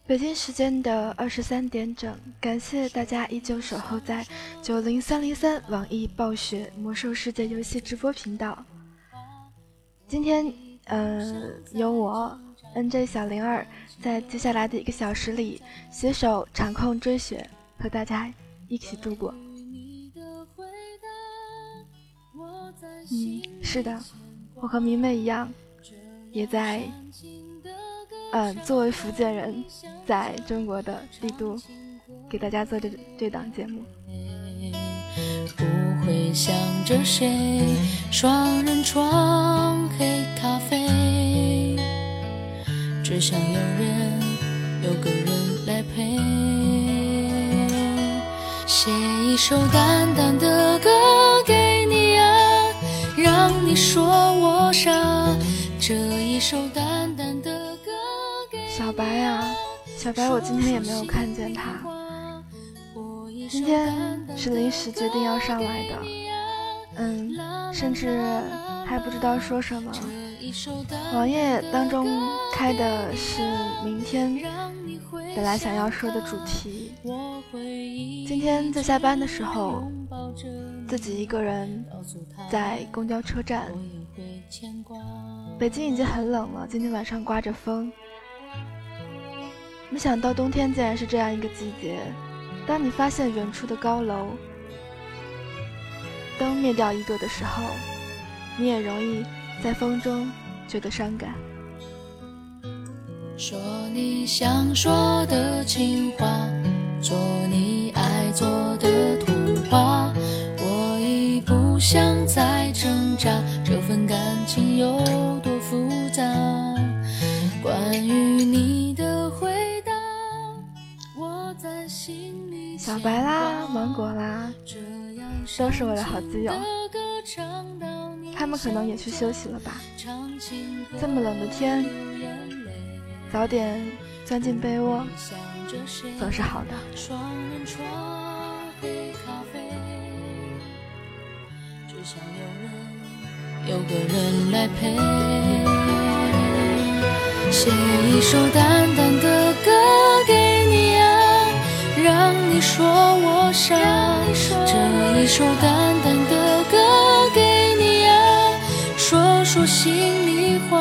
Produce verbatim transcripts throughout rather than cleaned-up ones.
北京时间的二十三点整，感谢大家依旧守候在九零三零三网易暴雪魔兽世界游戏直播频道。今天，呃，由我 N J 小零二在接下来的一个小时里携手场控追雪，和大家一起度过。嗯，是的，我和迷妹一样，也在。嗯，作为福建人，在中国的帝都，给大家做这这档节目。 不会想着谁，双人床黑咖啡，只想有人，有个人来陪。写一首淡淡的歌给你啊，让你说我傻。这一首淡淡的歌。 小白啊，小白，我今天也没有看见他。今天是临时决定要上来的，嗯，甚至还不知道说什么。网页当中开的是明天本来想要说的主题。今天在下班的时候，自己一个人在公交车站。北京已经很冷了，今天晚上刮着风。没想到冬天竟然是这样一个季节，当你发现远处的高楼灯灭掉一个的时候，你也容易在风中觉得伤感。 说你想说的情话，做你爱做的图画，我已不想再挣扎，这份感情有多复杂，关于你的回答小白啦，芒果啦，都是我的好基友，他们可能也去休息了吧。这么冷的天，早点钻进被窝总是好的。 有个人来陪，写一首淡淡的歌给你啊，让你说我傻。这一首淡淡的歌给你啊，说说心里话。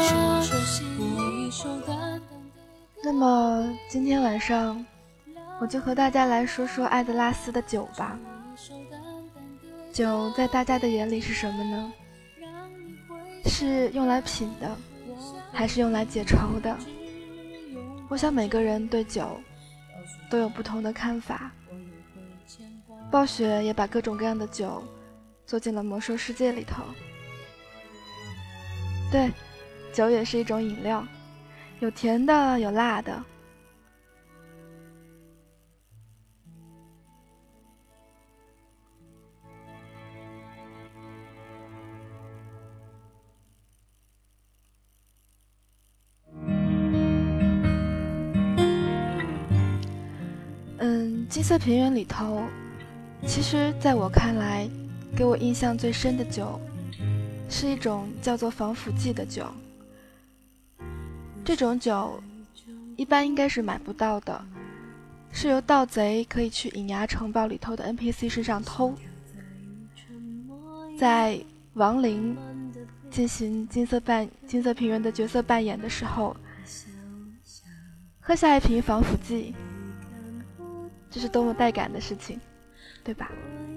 那么今天晚上我就和大家来说说艾德拉斯的酒吧。酒在大家的眼里是什么呢？是用来品的，还是用来解愁的？我想每个人对酒都有不同的看法。暴雪也把各种各样的酒做进了魔兽世界里头。对，酒也是一种饮料，有甜的，有辣的。嗯，金色平原里头，其实在我看来，给我印象最深的酒是一种叫做防腐剂的酒。这种酒一般应该是买不到的，是由盗贼可以去隐牙城堡里头的 N P C 身上偷，在亡灵进行金色扮金色平原的角色扮演的时候，喝下一瓶防腐剂，这是多么带感的事情，对吧？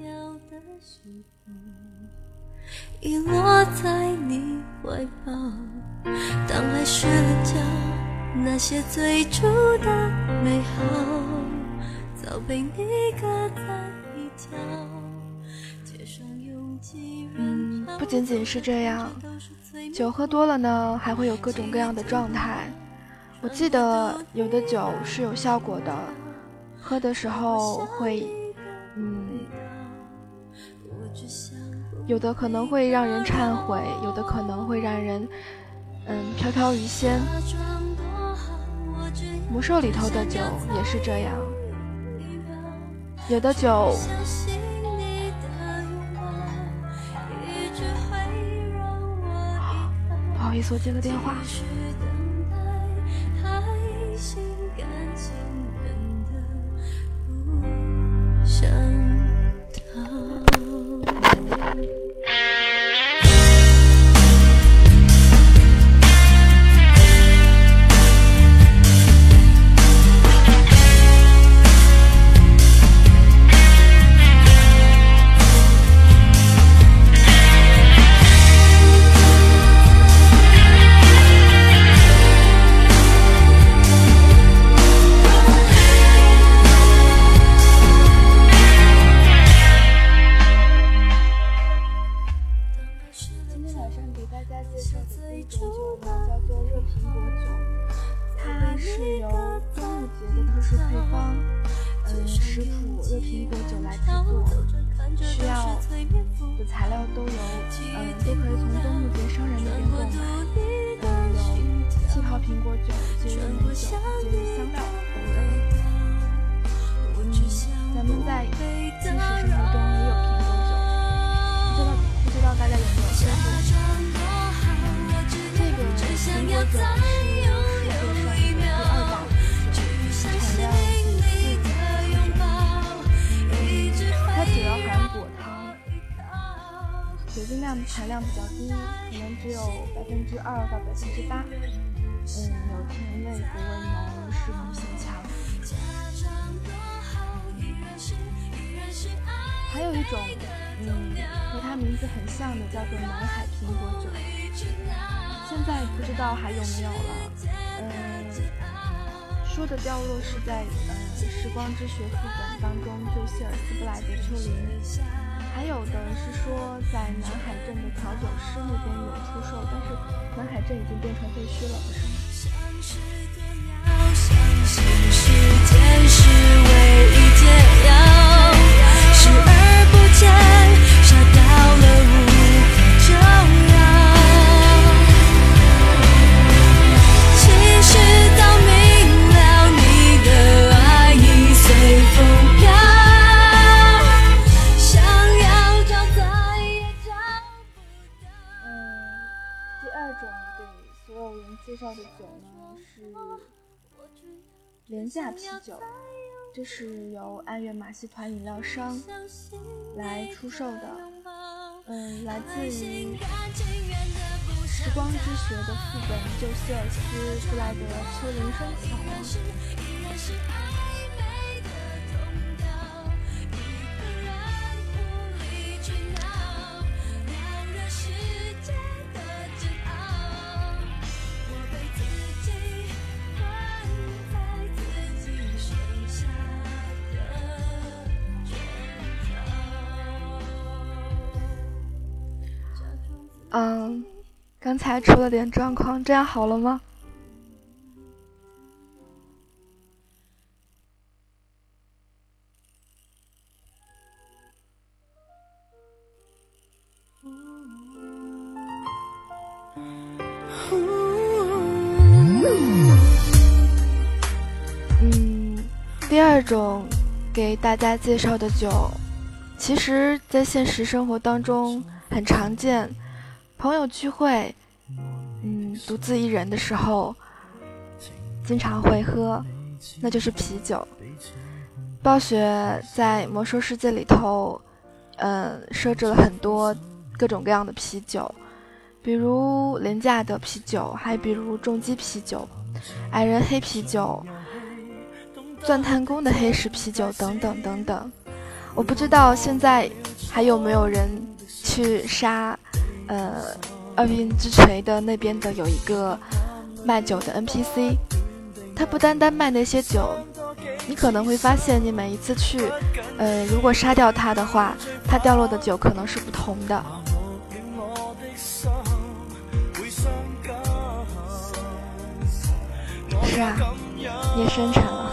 遗落在你怀抱，当爱睡了觉，那些最初的美好早被你搁在一角。 嗯，不仅仅是这样，酒喝多了呢，还会有各种各样的状态。我记得有的酒是有效果的，喝的时候会嗯有的可能会让人忏悔，有的可能会让人嗯飘飘欲仙。魔兽里头的酒也是这样，有的酒不好意思，我接个电话。 感情变得不像他。 含量比较低，可能只有百分之二到百分之八。嗯，有甜味、果味浓，适口性强。还有一种，嗯，和它名字很像的，叫做南海苹果酒。现在不知道还有没有了。嗯，说的掉落是在嗯《时光之学》副本当中，就谢尔斯布莱德丘陵。还有的是说在南海镇的调酒师那边有出售，但是南海镇已经变成废墟了，不是吗？视而不见，杀掉了无可救药。其实早明了，你的爱已随风飘。介绍的酒呢是廉价啤酒，这是由安源马戏团饮料商来出售的，嗯，来自于《时光之学》的副本就谢尔斯布莱德丘陵生草。嗯，刚才出了点状况，这样好了吗？嗯，第二种给大家介绍的酒，其实在现实生活当中很常见。朋友聚会，嗯，独自一人的时候，经常会喝，那就是啤酒。暴雪在魔兽世界里头，嗯，设置了很多各种各样的啤酒，比如廉价的啤酒，还比如重击啤酒、矮人黑啤酒、钻探宫的黑石啤酒等等等等。我不知道现在还有没有人去杀。呃，厄运之锤的那边的有一个卖酒的 N P C， 他不单单卖那些酒，你可能会发现你每一次去，呃，如果杀掉他的话，他掉落的酒可能是不同的。是啊，夜深沉了。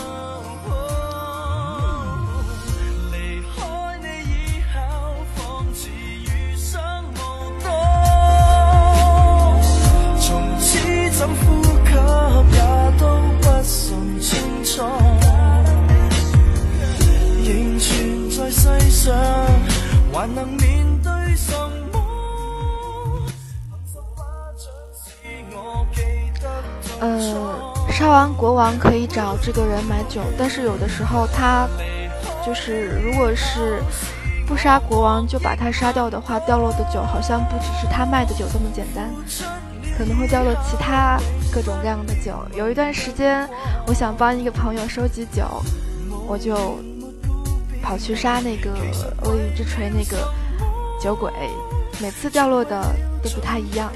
呃， 杀完国王可以找这个人买酒，但是有的时候他就是如果是不杀国王就把他杀掉的话，掉落的酒好像不只是他卖的酒这么简单，可能会掉落其他各种各样的酒。有一段时间我想帮一个朋友收集酒，我就跑去杀那个恶语之锤那个酒鬼，每次掉落的都不太一样。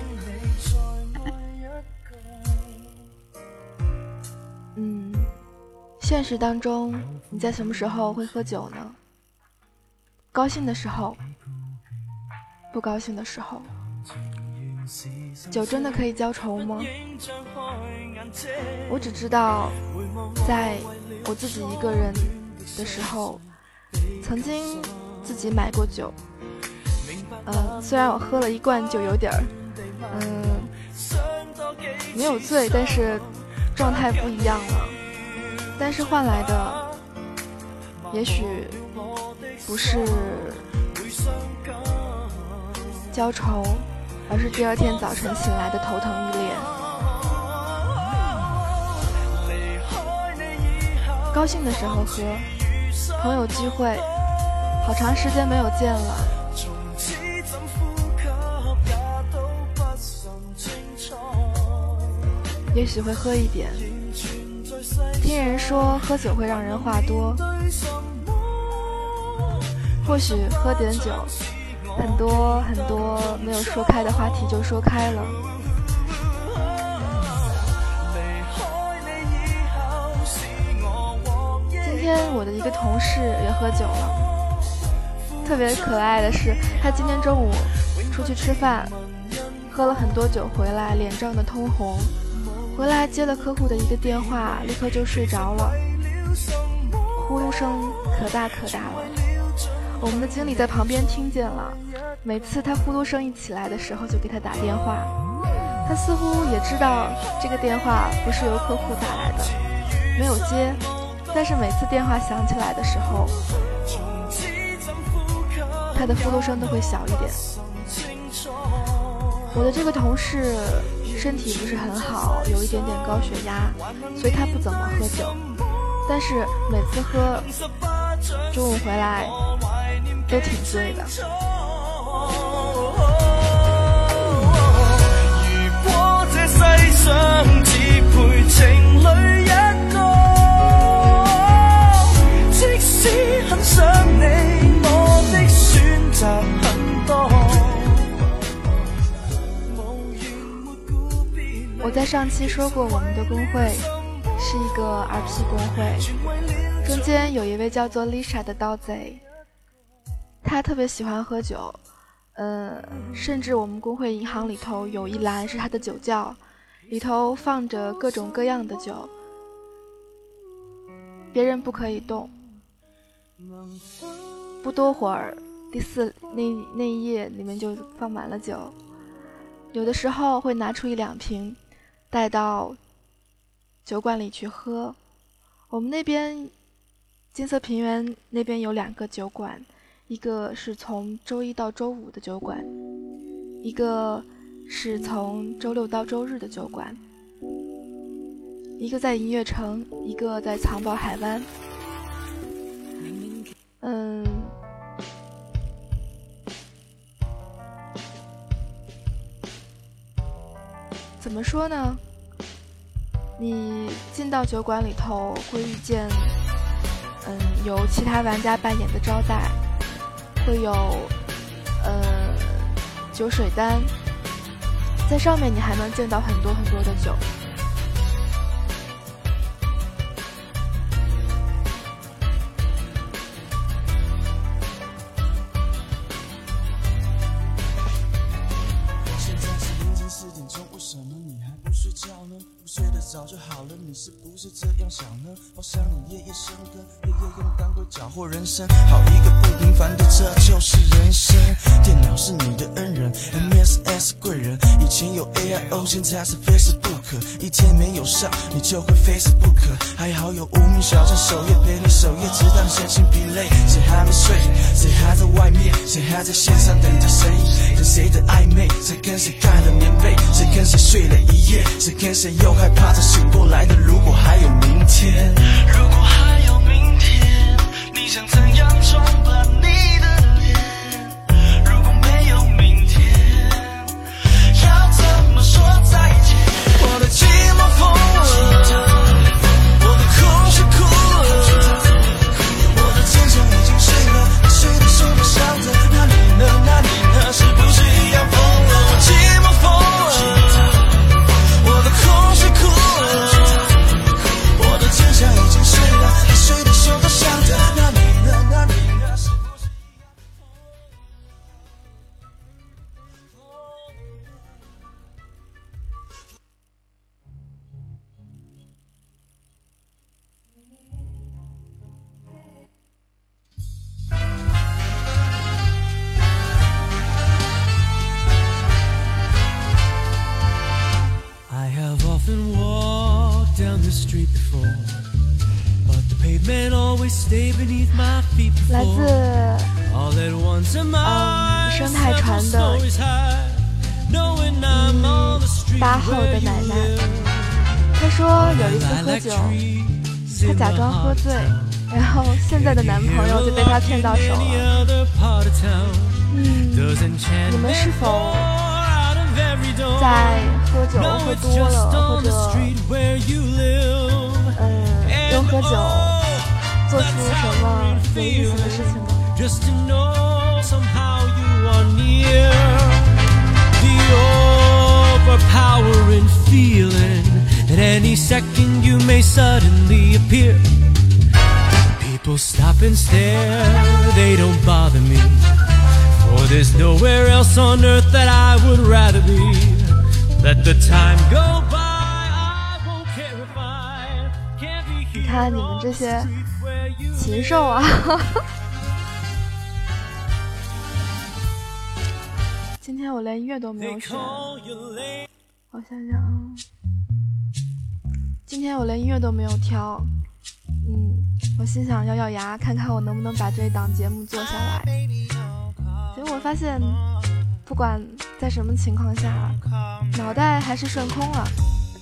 嗯，现实当中你在什么时候会喝酒呢？高兴的时候，不高兴的时候。酒真的可以浇愁吗？我只知道在我自己一个人的时候，曾经自己买过酒，呃，虽然我喝了一罐就有点儿嗯、呃、没有醉，但是状态不一样了，但是换来的也许不是浇愁，而是第二天早晨醒来的头疼欲裂。高兴的时候喝，朋友聚会，好长时间没有见了，也许会喝一点。听人说喝酒会让人话多，或许喝点酒，很多很多没有说开的话题就说开了。今天我的一个同事也喝酒了，特别可爱的是，他今天中午出去吃饭，喝了很多酒回来，脸涨得通红，回来接了客户的一个电话，立刻就睡着了，呼噜声可大可大了。我们的经理在旁边听见了，每次他呼噜声一起来的时候就给他打电话，他似乎也知道这个电话不是由客户打来的，没有接，但是每次电话响起来的时候，他的呼噜声都会小一点。我的这个同事身体不是很好，有一点点高血压，所以他不怎么喝酒，但是每次喝中午回来都挺醉的。 如果這世上只配情侶一個，即使很想你，我的選擇很多。 我在上期說過，我們的工會是一個 R P 工會，中間有一位叫做 Lisa 的盜賊，他特別喜歡喝酒，呃，甚至我們工會銀行裡頭有一欄是他的酒窖，裡頭放着各種各樣的酒，別人不可以動。不多會兒，第四那那一頁裡面就放滿了酒，有的時候會拿出一兩瓶帶到酒館裡去喝。我們那邊金色平原那邊有兩個酒館，一個是從周一到周五的酒館，一個是從周六到周日的酒館，一個在銀月城，一個在藏寶海灣。嗯，怎麼說呢？你進到酒館裡頭會遇見嗯，由其他玩家扮演的招待，會有呃酒水單，在上面你還能見到很多很多的酒。 早就好了，你是不是这样想呢？好想你夜夜笙歌，夜夜用当归搅和人生，好一个不平凡的，这就是人生。电脑是你的恩人 ，M S S 贵人，以前有 A I O， 现在是 Facebook， 一天没有上你就会 Facebook， 还好有无名小站首页陪你首页，直到你身心疲累。谁还没睡？谁还在外面？谁还在线上等着谁？跟谁的暧昧？谁跟谁盖了棉被？谁跟谁睡了一夜？谁跟谁又害怕？ 怕再醒过来的如果还有明天，如果还有明天，你想怎样装扮你的脸，如果没有明天，要怎么说再见，我的寂寞疯了，我的空虚哭了，我的坚强已经睡了，谁的手都伤着，那你呢那你呢，是不是一样疯了，我寂寞疯了，我的空虚哭了，我的坚强已经睡了，谁的手都伤着，那你呢那你呢，是不是一样 I have often walked down the street before, but the pavement always stayed beneath my feet 来自 before. All at once a mind 生态船的 stories high, knowing I'm on the street 八号 where 的 you 奶奶， live. 她说有一次喝 Lilac 酒， trees 她 in 假 my 装喝 heart 醉， town. 然后现在的男朋友就被她骗到手 Any 了。 other part of town 嗯， does 你们是 enchantment 否 pour out of every door. 在喝酒 No, 喝 it's 多 just 了，或 on the 者 street where you live. 嗯用喝酒 Oh, 做出什么有意思的事情吗？ just to know somehow you are near. The overpowering feeling that any second you may suddenly appear. People stop and stare, they don't bother me, for there's nowhere else on earth that I would rather be. Let the time go by, I won't care if I can't be here 你看你们这些 on the street where you 禽兽啊！今天我连音乐都没 They 有选， call you late. 我想想啊，今天我连音乐都没有挑。嗯，我心想咬咬牙，看看我能不能把这一档节目做下来。结果我发现，不管在什么情况下，脑袋还是顺空了。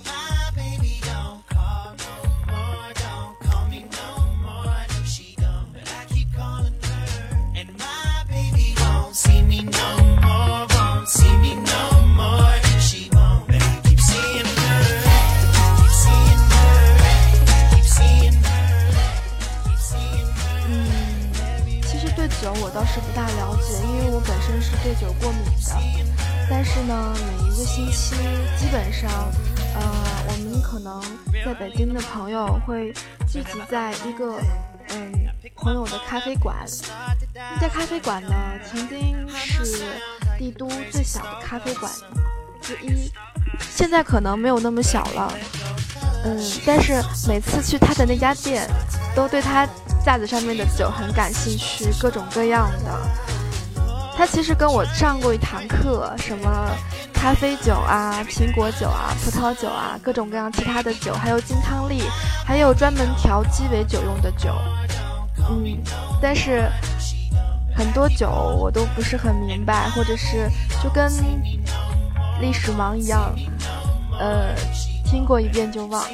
酒我倒是不大了解，因为我本身是对酒过敏的。但是呢，每一个星期基本上，呃，我们可能在北京的朋友会聚集在一个嗯朋友的咖啡馆。那家咖啡馆呢，曾经是帝都最小的咖啡馆之一，现在可能没有那么小了。嗯，但是每次去他的那家店，都对他架子上面的酒很感兴趣，各种各样的。他其实跟我上过一堂课，什么咖啡酒啊、苹果酒啊、葡萄酒啊，各种各样其他的酒，还有金汤力，还有专门调鸡尾酒用的酒。嗯，但是很多酒我都不是很明白，或者是就跟历史盲一样，呃，听过一遍就忘。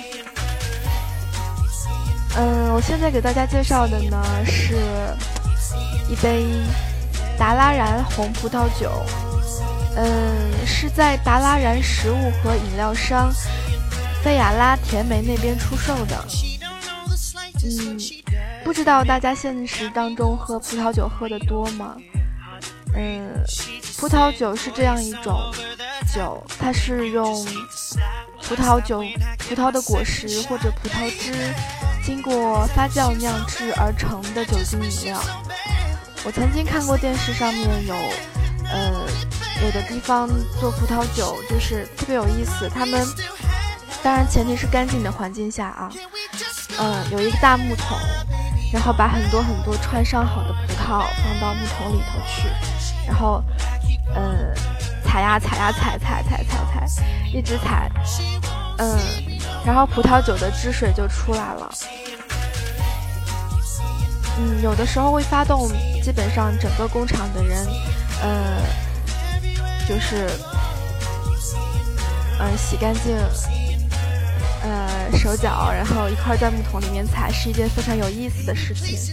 嗯，我现在给大家介绍的呢是一杯达拉然红葡萄酒，嗯，是在达拉然食物和饮料商菲亚拉甜梅那边出售的。嗯，不知道大家现实当中喝葡萄酒喝得多吗？嗯，葡萄酒是这样一种酒，它是用葡萄酒、葡萄的果实或者葡萄汁经过发酵酿制而成的酒精饮料。我曾经看过电视上面有，呃，有的地方做葡萄酒就是特别有意思，他们当然前提是干净的环境下啊，嗯，有一个大木桶，然后把很多很多串烧好的葡萄放到木桶里头去，然后，呃，踩呀踩呀踩踩踩踩踩，一直踩，嗯，然后葡萄酒的汁水就出来了。嗯，有的时候会发动基本上整个工厂的人，呃，就是，嗯、呃，洗干净， 手脚，然后一块在木桶里面采，是一件非常有意思的事情。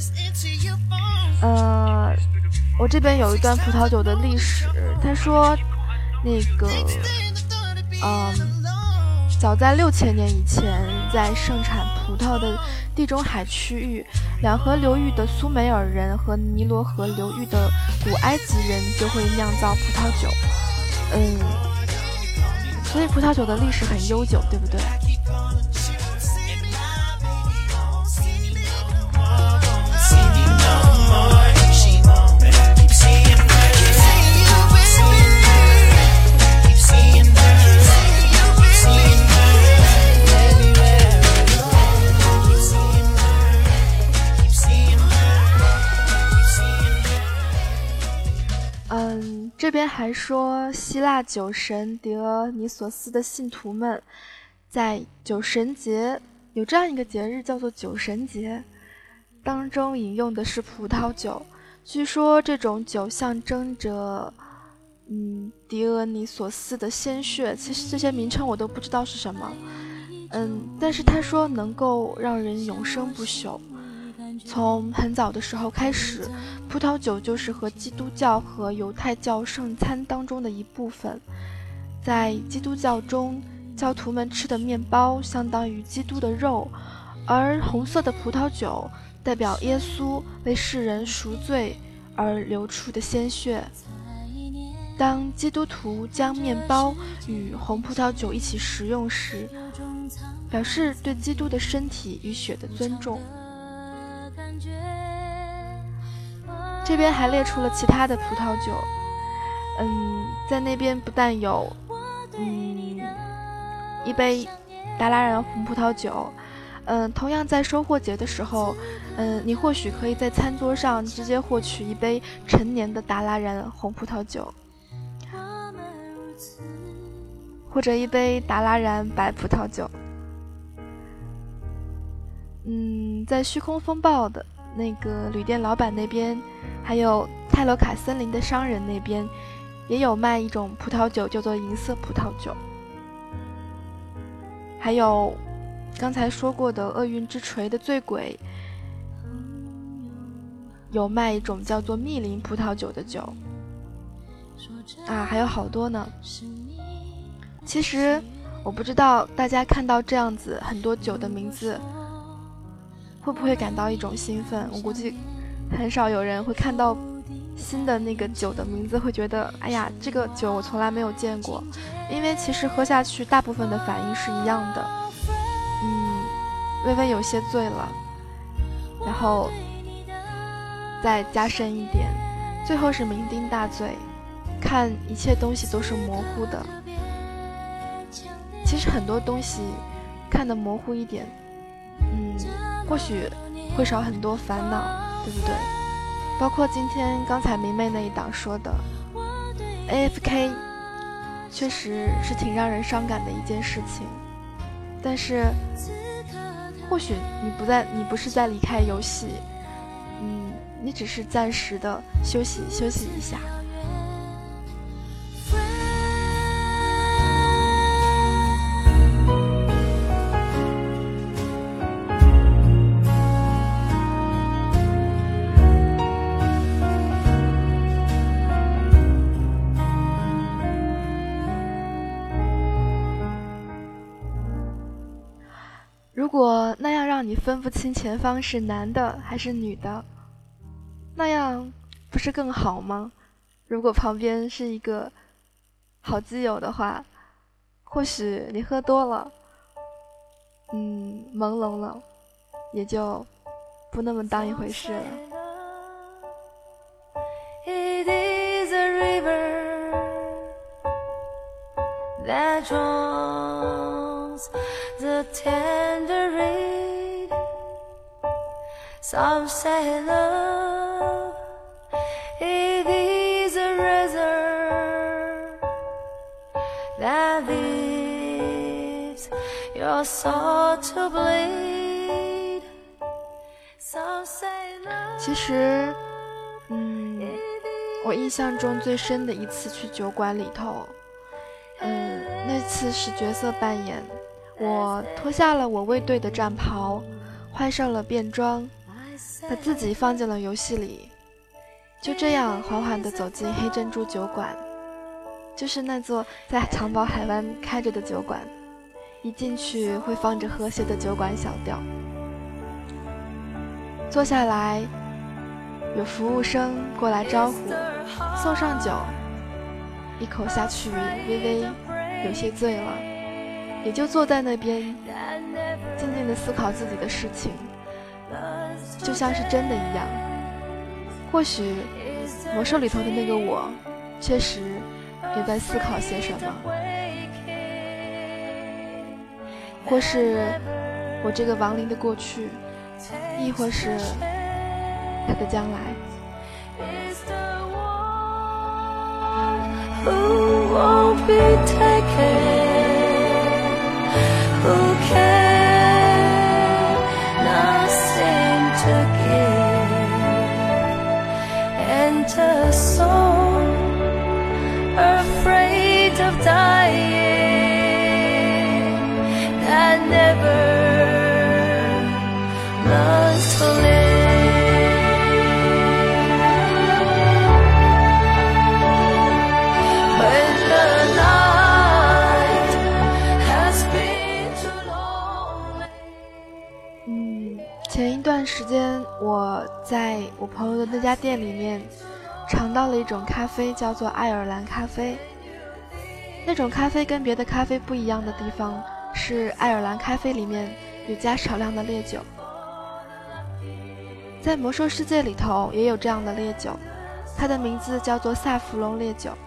呃，我这边有一段葡萄酒的历史，他说那个嗯。早在六千年以前，在盛产葡萄的地中海区域，两河流域的苏美尔人和尼罗河流域的古埃及人就会酿造葡萄酒。嗯，所以葡萄酒的历史很悠久，对不对？嗯，这边还说希腊酒神狄俄尼索斯的信徒们在酒神节，有这样一个节日叫做酒神节，当中饮用的是葡萄酒。据说这种酒象征着嗯狄俄尼索斯的鲜血，其实这些名称我都不知道是什么。嗯，但是他说能够让人永生不朽。从很早的时候开始，葡萄酒就是和基督教和犹太教圣餐当中的一部分。在基督教中，教徒们吃的面包相当于基督的肉，而红色的葡萄酒代表耶稣为世人赎罪而流出的鲜血。当基督徒将面包与红葡萄酒一起食用时，表示对基督的身体与血的尊重。这边还列出了其他的葡萄酒，嗯，在那边不但有，嗯，一杯达拉然红葡萄酒，嗯，同样在收获节的时候，嗯，你或许可以在餐桌上直接获取一杯陈年的达拉然红葡萄酒，或者一杯达拉然白葡萄酒。嗯，在虚空风暴的那个旅店老板那边，还有泰罗卡森林的商人那边，也有卖一种葡萄酒，叫做银色葡萄酒。还有刚才说过的厄运之锤的醉鬼，有卖一种叫做密林葡萄酒的酒啊，还有好多呢。其实我不知道大家看到这样子很多酒的名字会不会感到一种兴奋，我估计很少有人会看到新的那个酒的名字会觉得哎呀，这个酒我从来没有见过，因为其实喝下去大部分的反应是一样的，嗯，微微有些醉了，然后再加深一点，最后是酩酊大醉，看一切东西都是模糊的。其实很多东西看得模糊一点，嗯，或许会少很多烦恼，对不对？包括今天刚才明媚那一档说的 A F K 确实是挺让人伤感的一件事情，但是或许你不在，你不是在离开游戏，嗯，你只是暂时的休息休息一下。如果那样让你分不清前方是男的还是女的，那样不是更好吗？如果旁边是一个好基友的话，或许你喝多了，嗯，朦胧了，也就不那么当一回事了。 It is a river that drowns the tender reed. Some say love, it is a razor that leaves your soul to bleed. Some say love. 其实，嗯，我印象中最深的一次去酒馆里头，嗯，那次是角色扮演。 我脱下了我卫队的战袍，换上了便装，把自己放进了游戏里，就这样缓缓地走进黑珍珠酒馆，就是那座在长岛海湾开着的酒馆，一进去会放着和谐的酒馆小调。坐下来，有服务生过来招呼，送上酒，一口下去，微微有些醉了，也就坐在那边静静地思考自己的事情，就像是真的一样。或许魔兽里头的那个我确实也在思考些什么，或是我这个亡灵的过去，亦或是他的将来。 Who won't be taken? Who can nothing to give? And a song afraid of dying that never learns to live. 前一段时间我在我朋友的那家店里面尝到了一种咖啡，叫做爱尔兰咖啡。那种咖啡跟别的咖啡不一样的地方是爱尔兰咖啡里面有加少量的烈酒。在魔兽世界里头也有这样的烈酒，它的名字叫做萨弗隆烈酒。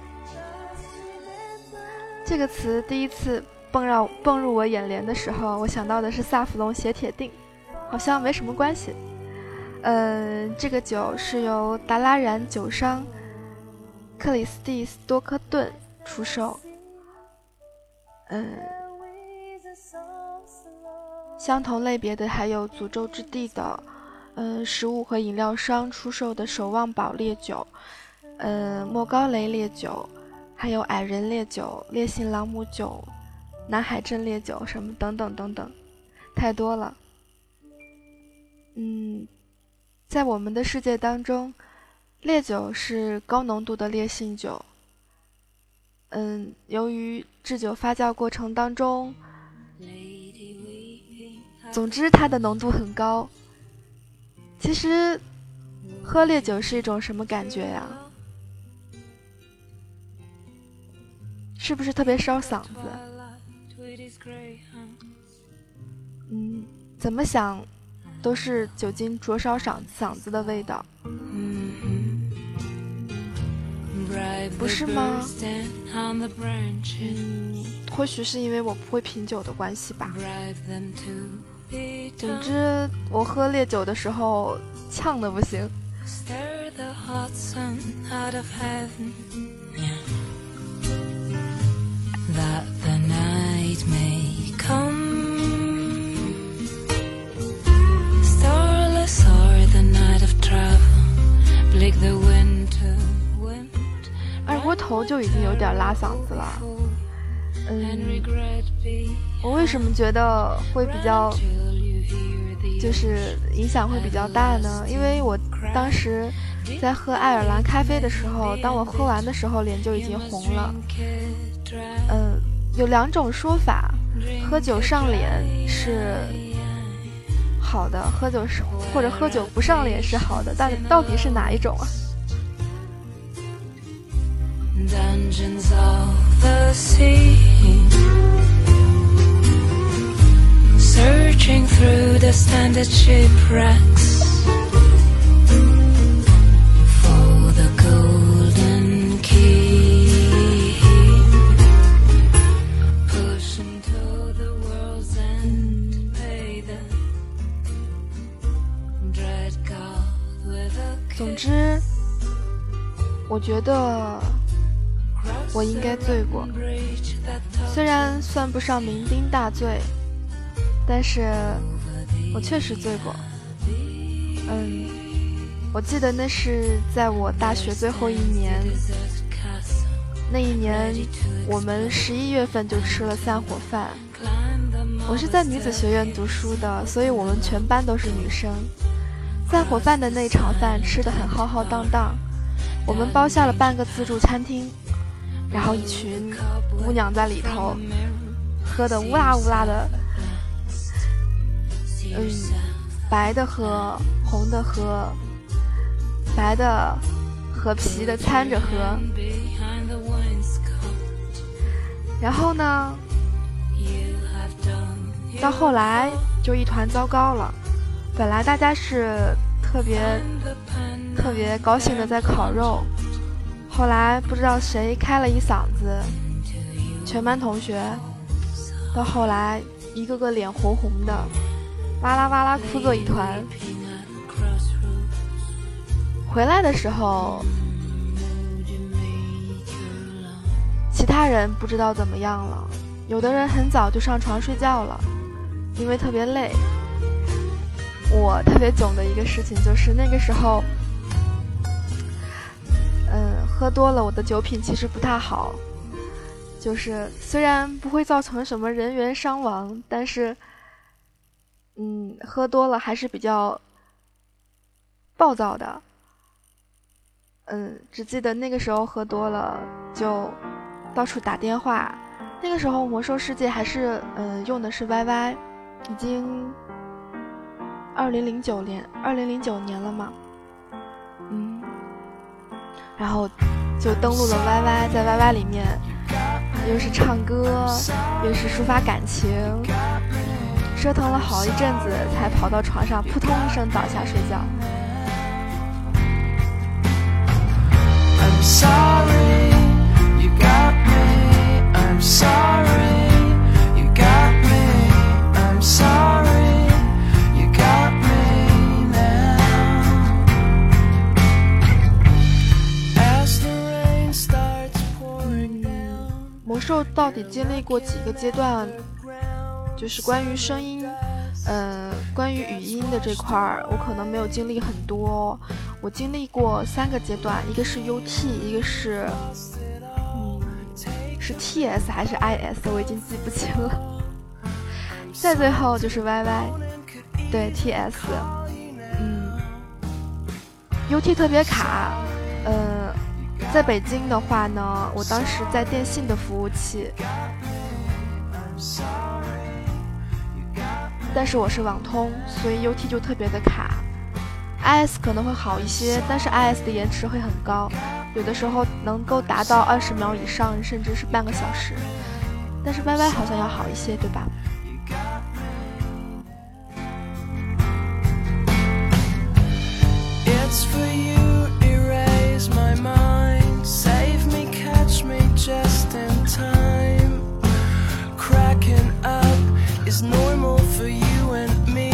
这个词第一次蹦绕蹦入我眼帘的时候，我想到的是萨弗隆写铁定，好像没什么关系。嗯、呃，这个酒是由达拉然酒商克里斯蒂斯多克顿出售。嗯、呃，相同类别的还有诅咒之地的，嗯、呃，食物和饮料商出售的守望堡烈酒，呃，莫高雷烈酒，还有矮人烈酒、烈性朗姆酒、南海镇烈酒什么等等等等，太多了。嗯，在我们的世界当中，烈酒是高浓度的烈性酒。嗯，由于制酒发酵过程当中，总之它的浓度很高。其实喝烈酒是一种什么感觉呀？是不是特别烧嗓子？嗯，怎么想都是酒精灼烧嗓嗓子的味道，不是吗？嗯，或许是因为我不会品酒的关系吧。总之，我喝烈酒的时候呛得不行。 That the night may come, starless are the night of travel, bleak the winter wind. 二锅头就已经有点拉嗓子了。嗯，我为什么觉得会比较，就是影响会比较大呢？因为我当时在喝爱尔兰咖啡的时候，当我喝完的时候，脸就已经红了。嗯，有两种说法，喝酒上脸是好的，喝酒是或者喝酒不上脸是好的，但到底是哪一种啊？ Dungeons of the sea, searching through the standard shipwrecks for the golden key, pushing to the world's end, pay the dread god with a kiss. 总之，我觉得我应该醉过，虽然算不上酩酊大醉，但是我确实醉过。嗯，我记得那是在我大学最后一年，那一年我们十一月份就吃了散伙饭， 我是在女子学院读书的，所以我们全班都是女生。散伙饭的那场饭吃得很浩浩荡荡，我们包下了半个自助餐厅，然后一群姑娘在里头喝得乌拉乌拉的，嗯，白的喝，红的喝，白的和啤的掺着喝。然后呢，到后来就一团糟糕了。本来大家是特别特别高兴的在烤肉，后来不知道谁开了一嗓子，全班同学到后来一个个脸红红的，哇啦哇啦哭作一团。回来的时候，其他人不知道怎么样了，有的人很早就上床睡觉了，因为特别累。我特别囧的一个事情就是那个时候，嗯，喝多了，我的酒品其实不太好，就是虽然不会造成什么人员伤亡，但是，嗯，喝多了还是比较暴躁的。嗯，只记得那个时候喝多了就到处打电话。那个时候魔兽世界还是嗯用的是 Y Y， 已经二零零九年二零零九年了嘛，嗯，然后就登录了 Y Y， 在 Y Y 里面又是唱歌又是抒发感情，折腾了好一阵子才跑到床上扑通一声倒下睡觉。 I'm sorry, you got me. I'm sorry, you got me. I'm sorry, you got me now. As the rain starts pouring down. 魔兽到底经历过几个阶段？就是关于声音，呃，关于语音的这块儿，我可能没有经历很多。我经历过三个阶段，一个是 U T， 一个是，嗯，是 T S 还是 I S， 我已经记不清了。再最后就是 Y Y， 对 T S， 嗯 ，U T 特别卡，呃，在北京的话呢，我当时在电信的服务器。但是我是网通，所以 U T 就特别的卡。I S 可能会好一些，但是 I S 的延迟会很高，有的时候能够达到二十秒以上，甚至是半个小时。但是 Y Y 好像要好一些，对吧？It's for you, erase my mind, save me, catch me just in time. Cracking up is normal for you and me.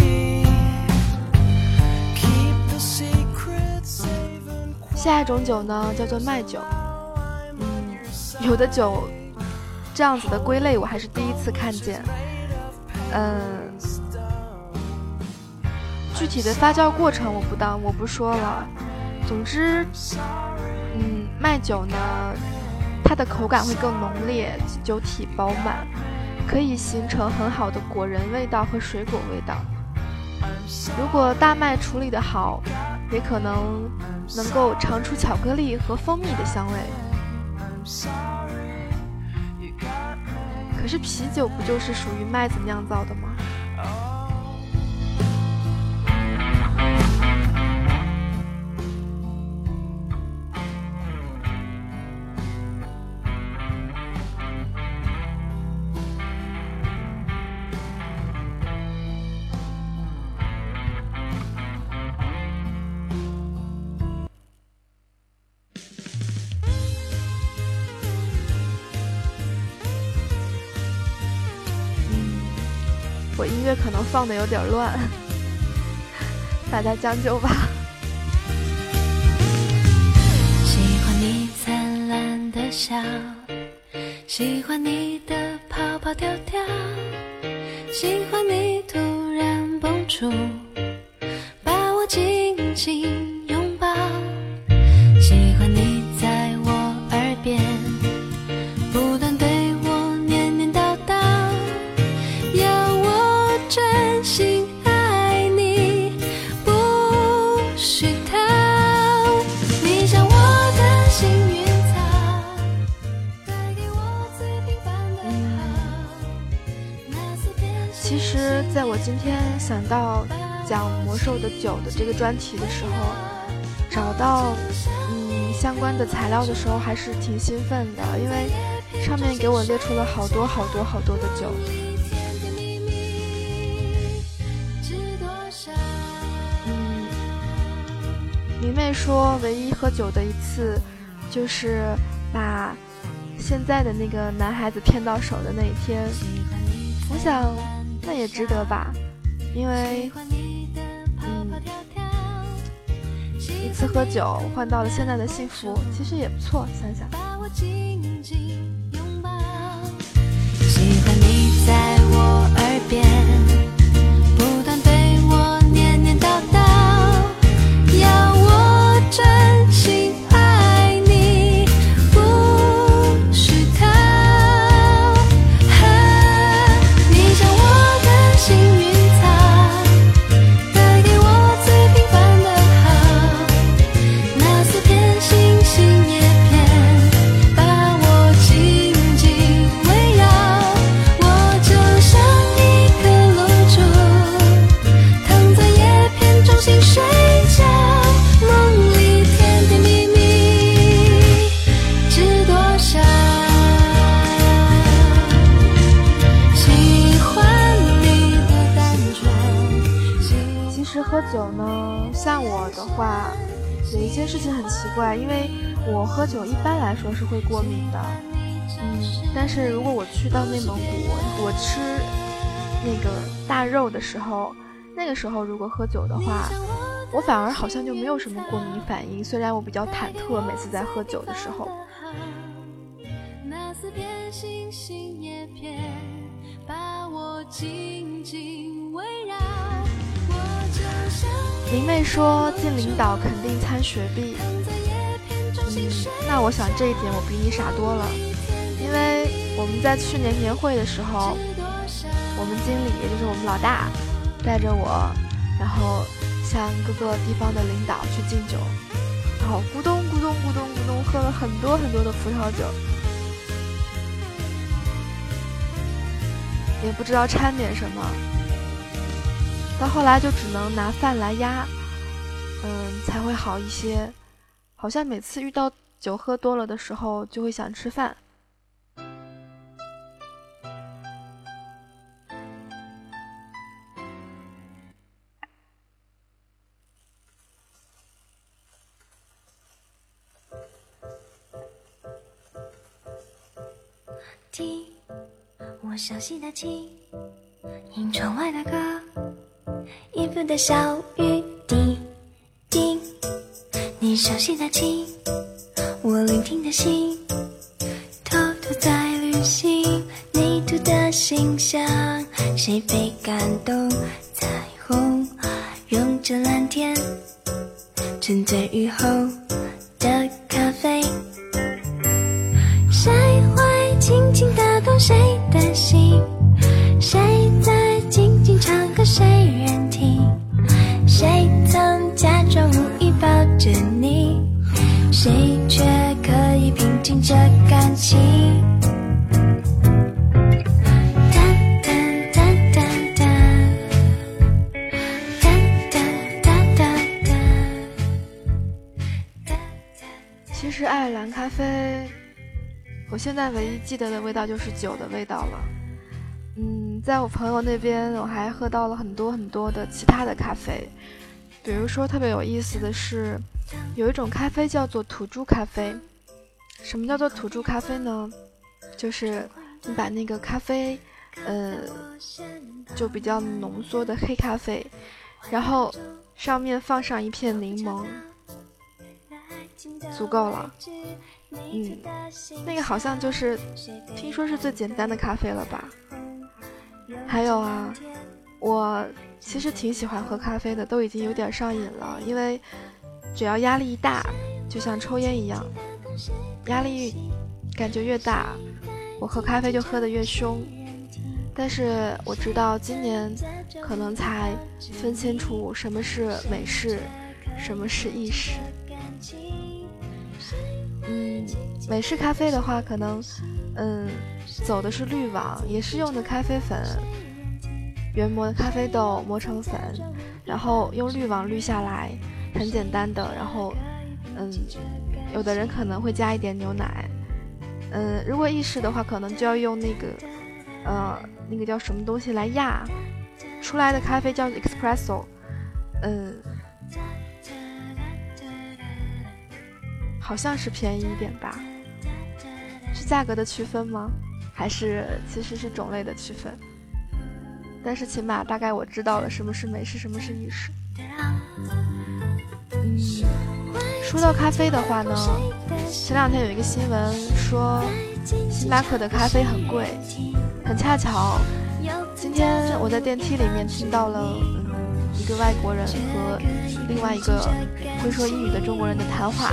Keep the secret safe and quiet. 下一种酒呢，叫做麦酒。嗯，有的酒这样子的归类，我还是第一次看见。嗯，具体的发酵过程我不当我不说了。总之，嗯，麦酒呢，它的口感会更浓烈，酒体饱满，可以形成很好的果仁味道和水果味道。如果大麦处理得好，也可能能够尝出巧克力和蜂蜜的香味。可是啤酒不就是属于麦子酿造的吗？我音乐可能放的有点乱，大家将就吧。 喜欢你灿烂的笑，喜欢你的跑跑跳跳，喜欢你突然蹦出，把我紧紧拥抱，喜欢你在我耳边不断对我念念叨叨，也实在我今天想到讲魔兽的酒的这个专题的时候，找到嗯相关的材料的时候还是挺兴奋的，因为上面给我列出了好多好多好多的酒。嗯，迷妹说唯一喝酒的一次就是把现在的那个男孩子骗到手的那一天，我想那也值得吧，因为嗯一次喝酒换到了现在的幸福，其实也不错，想想。 喜欢你在我耳边不断对我念念叨叨，要我专心爱你不许逃。你像我的幸运草，带给我最平凡的好，那四片星星叶片把我紧紧围绕，我就像一颗露珠，躺在叶片中心睡觉，梦里甜甜蜜蜜知多少。喜欢你的单纯。 其实喝酒呢，像我的话有一些事情很奇怪，因为我喝酒一般来说是会过敏的，嗯，但是如果我去到内蒙古，我吃那个大肉的时候，那个时候如果喝酒的话，我反而好像就没有什么过敏反应，虽然我比较忐忑，每次在喝酒的时候。 那四片星星叶片把我紧紧围绕，我就像林妹说进领导肯定参学币，嗯，那我想这一点我比你傻多了，因为我们在去年年会的时候，我们经理也就是我们老大带着我，然后向各个地方的领导去敬酒，然后咕咚咕咚咕咚咕咚喝了很多很多的葡萄酒，也不知道掺点什么，到后来就只能拿饭来压，嗯，才会好一些。好像每次遇到酒喝多了的时候，就会想吃饭。 听我熟悉的琴，听窗外的歌，音符的小雨滴滴。你熟悉的琴，我聆听的心，偷偷在旅行，泥土的形象，谁被感动？彩虹融着蓝天，沉醉雨后的咖啡。谁会轻轻打动谁的心？谁在静静唱歌谁人听？谁曾假装无意抱着你？谁却可以平静着感情？哒哒哒哒哒哒哒哒哒哒。 其实爱尔兰咖啡，我现在唯一记得的味道就是酒的味道了。嗯，在我朋友那边我还喝到了很多很多的其他的咖啡，比如说特别有意思的是，有一种咖啡叫做土著咖啡。什么叫做土著咖啡呢？就是你把那个咖啡呃就比较浓缩的黑咖啡，然后上面放上一片柠檬，足够了。嗯，那个好像就是听说是最简单的咖啡了吧。还有啊，我其实挺喜欢喝咖啡的，都已经有点上瘾了，因为只要压力一大，就像抽烟一样，压力感觉越大，我喝咖啡就喝得越凶。但是我知道今年可能才分清楚什么是美式，什么是意式。嗯，美式咖啡的话，可能嗯走的是滤网，也是用的咖啡粉， 原磨的咖啡豆磨成粉，然后用滤网滤下来，很简单的。然后，嗯，有的人可能会加一点牛奶，嗯，如果意式的话，可能就要用那个，呃，那个叫什么东西来压出来的咖啡叫 espresso， 嗯，好像是便宜一点吧。是价格的区分吗？还是其实是种类的区分？但是起码大概我知道了什么是美式，什么是意式。嗯，说到咖啡的话呢，前两天有一个新闻说星巴克的咖啡很贵，很恰巧，今天我在电梯里面听到了嗯一个外国人和另外一个会说英语的中国人的谈话。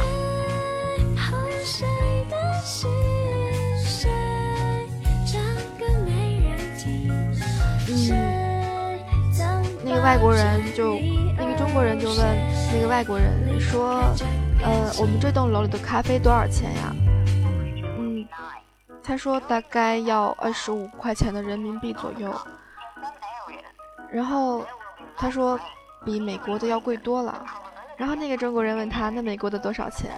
那个外国人就，那个中国人就问那个外国人说，呃，我们这栋楼里的咖啡多少钱呀？嗯，他说大概要二十五块钱的人民币左右。然后他说比美国的要贵多了。然后那个中国人问他，那美国的多少钱？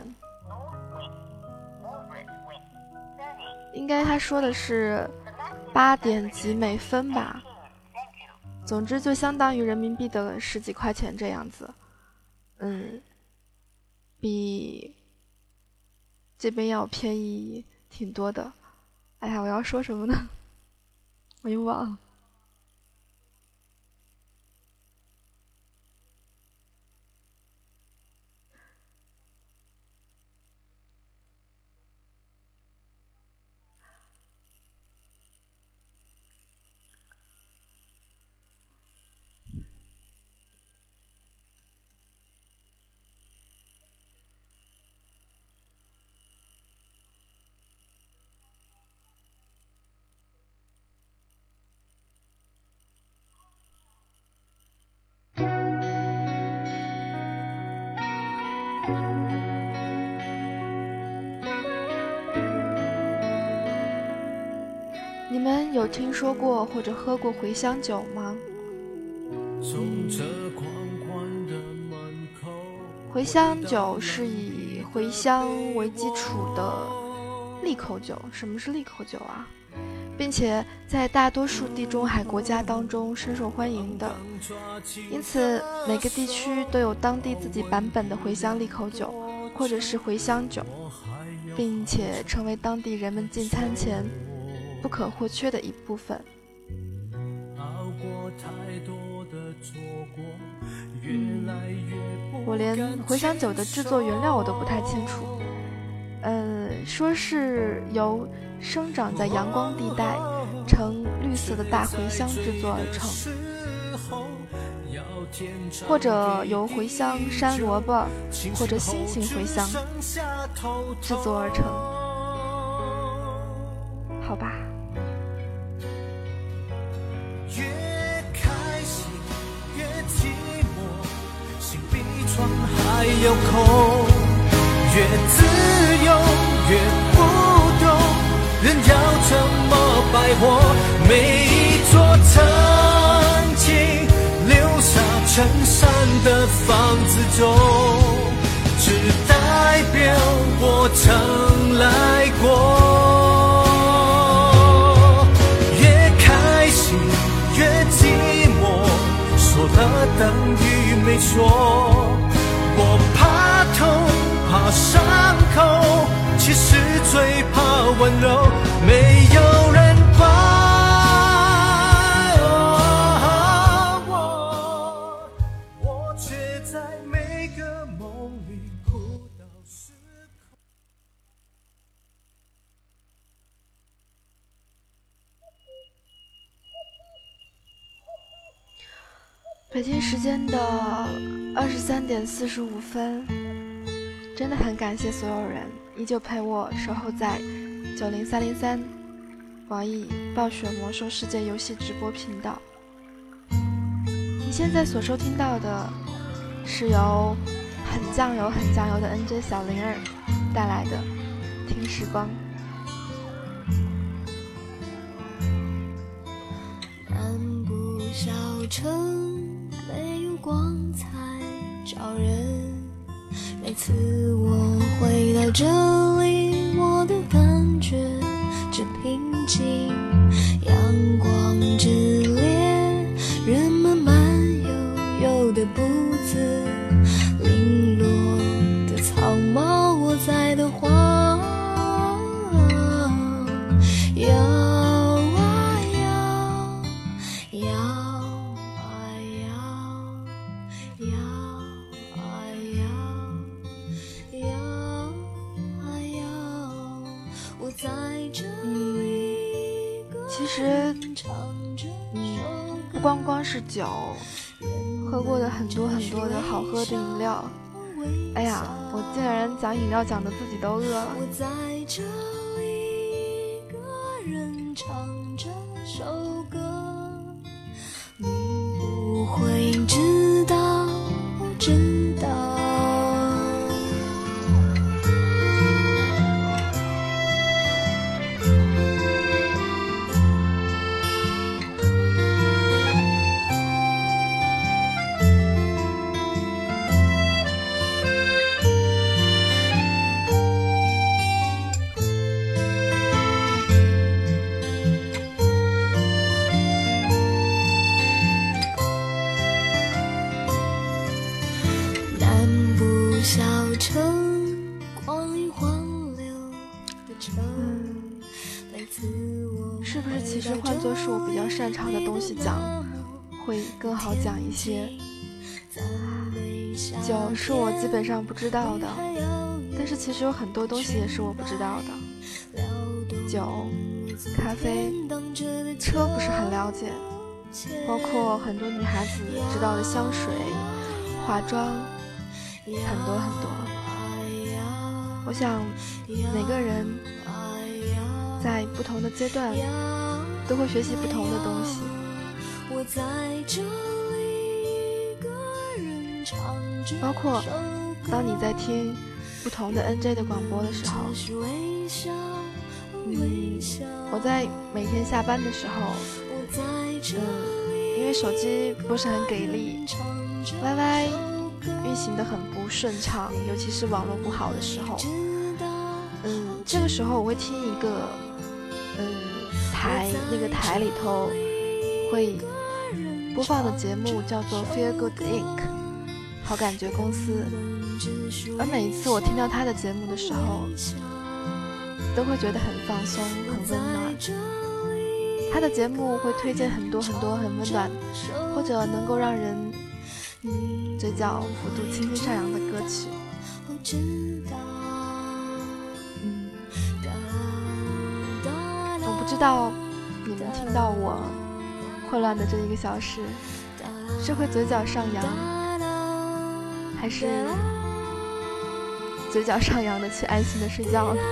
应该他说的是八点几美分吧。总之就相当于人民币的十几块钱这样子，嗯，比这边要便宜挺多的。哎呀，我要说什么呢？我又忘了。你们有听说过或者喝过茴香酒吗？茴香酒是以茴香为基础的利口酒。什么是利口酒啊？并且在大多数地中海国家当中深受欢迎的，因此每个地区都有当地自己版本的茴香利口酒或者是茴香酒，并且成为当地人们进餐前不可或缺的一部分。嗯，我连茴香酒的制作原料我都不太清楚，呃，说是由生长在阳光地带呈绿色的大茴香制作而成，或者由茴香、山萝卜或者新型茴香制作而成。好吧。 还有空，越自由越不懂人要怎么摆活。每一座曾经留下衬衫的房子中，只代表我曾来过。越开心越寂寞，说了等于没说。我怕痛怕伤口，其实最怕温柔，没有人管我，我却在每个梦里哭到失控。 北京时间的二十三点四十五分，真的很感谢所有人依旧陪我守候在九零三零三网易暴雪魔兽世界游戏直播频道。你现在所收听到的是由很酱油很酱油的 N J 小灵儿带来的听时光。 按不下城没有光彩照人，每次我回到这里，我的感觉只平静，阳光之烈，人们慢悠悠的步子，零落的草帽，我在的花摇啊摇，摇啊摇，摇啊摇，摇啊摇，我在这里。 其实，嗯，不光光是酒，喝过的很多很多的好喝的饮料。哎呀，我竟然讲饮料讲的自己都饿了。 我在这里一个人唱这首歌，你不会知道，我知道。小城光阴荒流的城， 是不是其实换作是我比较擅长的东西讲会更好讲一些。酒是我基本上不知道的，但是其实有很多东西也是我不知道的。酒、咖啡、车不是很了解，包括很多女孩子知道的香水、化妆，很多很多。我想每个人在不同的阶段都会学习不同的东西。包括当你在听不同的 N J 的广播的时候，嗯，我在每天下班的时候，嗯，因为手机不是很给力， Y Y运行的很不顺畅，尤其是网络不好的时候，嗯，这个时候我会听一个嗯台，那个台里头会播放的节目叫做 Feel Good Incorporated 好感觉公司，而每一次我听到他的节目的时候，都会觉得很放松，很温暖。他的节目会推荐很多很多很温暖，或者能够让人嘴角幅度轻轻上扬的歌曲。嗯，我不知道你们听到我混乱的这一个小时，是会嘴角上扬，还是嘴角上扬的去安心的睡觉呢？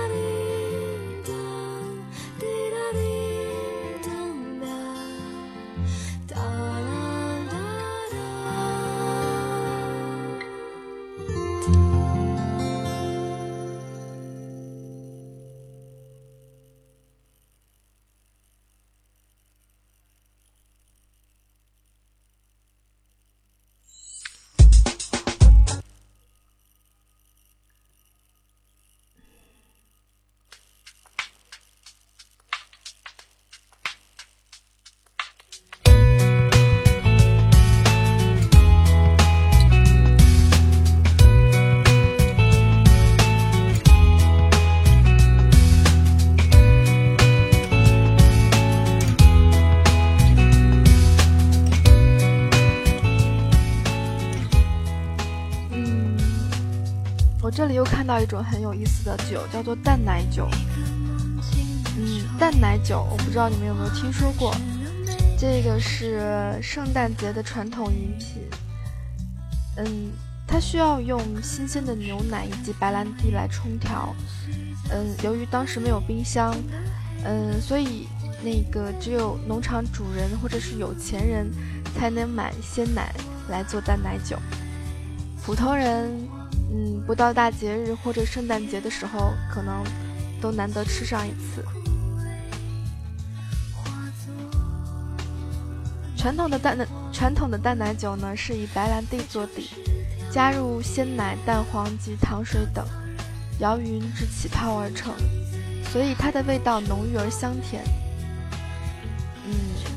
我这里又看到一种很有意思的酒，叫做淡奶酒。嗯，淡奶酒，我不知道你们有没有听说过。这个是圣诞节的传统饮品。嗯，它需要用新鲜的牛奶以及白兰地来冲调。嗯，由于当时没有冰箱，嗯，所以那个只有农场主人或者是有钱人才能买鲜奶来做淡奶酒。普通人嗯，不到大节日或者圣诞节的时候，可能都难得吃上一次。 传统的淡奶传统的淡奶酒呢，是以白兰地做底，加入鲜奶、蛋黄及糖水等，摇匀至起泡而成，所以它的味道浓郁而香甜。嗯，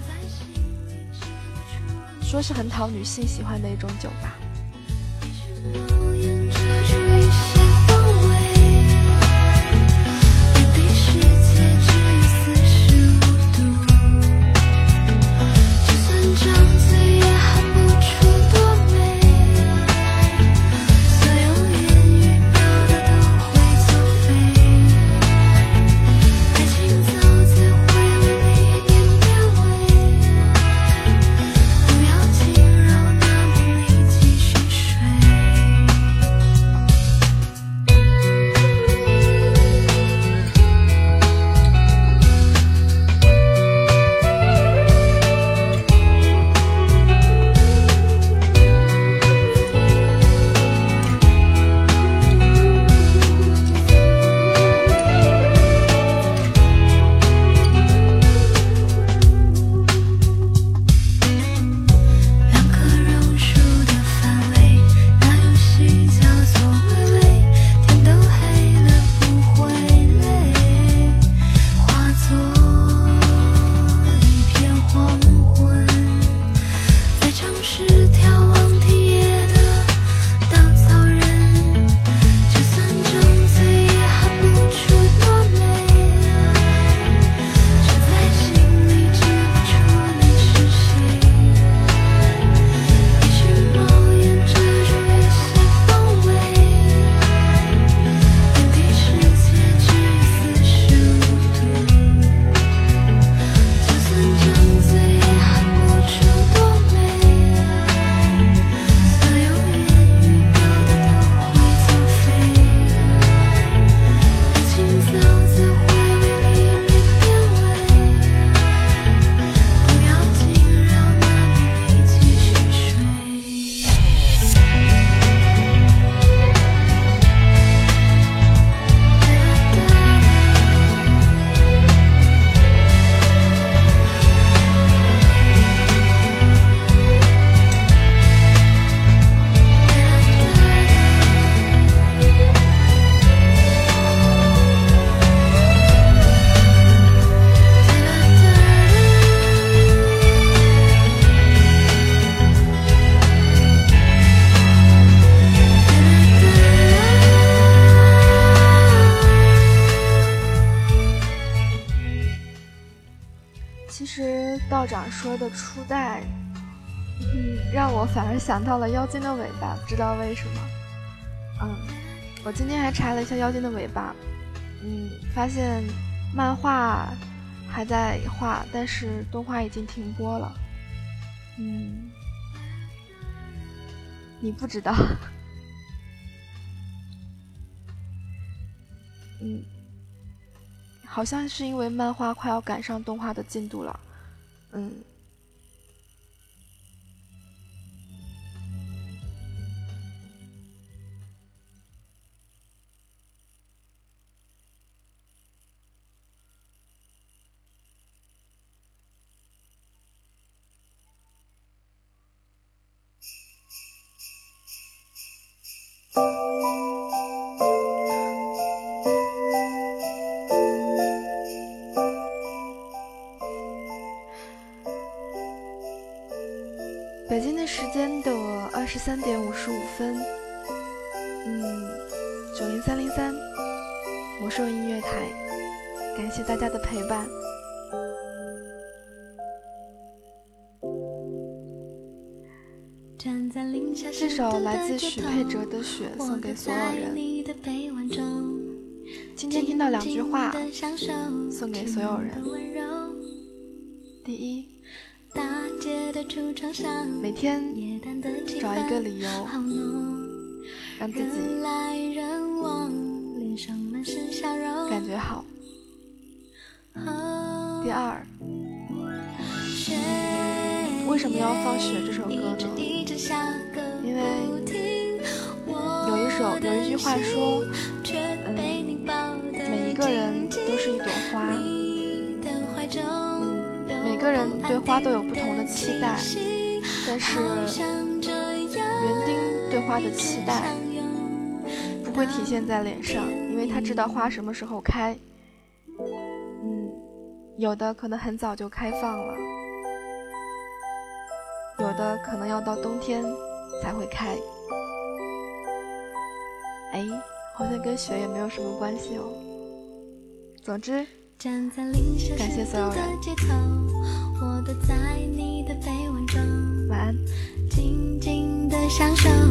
说是很讨女性喜欢的一种酒吧。其实道长说的初代，嗯，让我反而想到了妖精的尾巴，不知道为什么。嗯，我今天还查了一下妖精的尾巴，嗯，发现漫画还在画，但是动画已经停播了。嗯，你不知道。嗯。好像是因为漫画快要赶上动画的进度了，嗯。北京的时间的二十三点五十五分，嗯，九零三零三，魔兽音乐台，感谢大家的陪伴。这首来自许佩哲的《雪》送给所有人。今天听到两句话，送给所有人。第一，每天找一个理由让自己感觉好。第二，为什么要放《雪》这首歌呢？因为有一首有一句话说，嗯，每一个人都是一朵花，嗯，每个个人对花都有不同的期待，但是园丁对花的期待不会体现在脸上，因为他知道花什么时候开。嗯，有的可能很早就开放了，有的可能要到冬天才会开。哎，好像跟雪也没有什么关系哦。总之，感谢所有人， 我躲在你的臂弯中， 晚安。 静静的享受。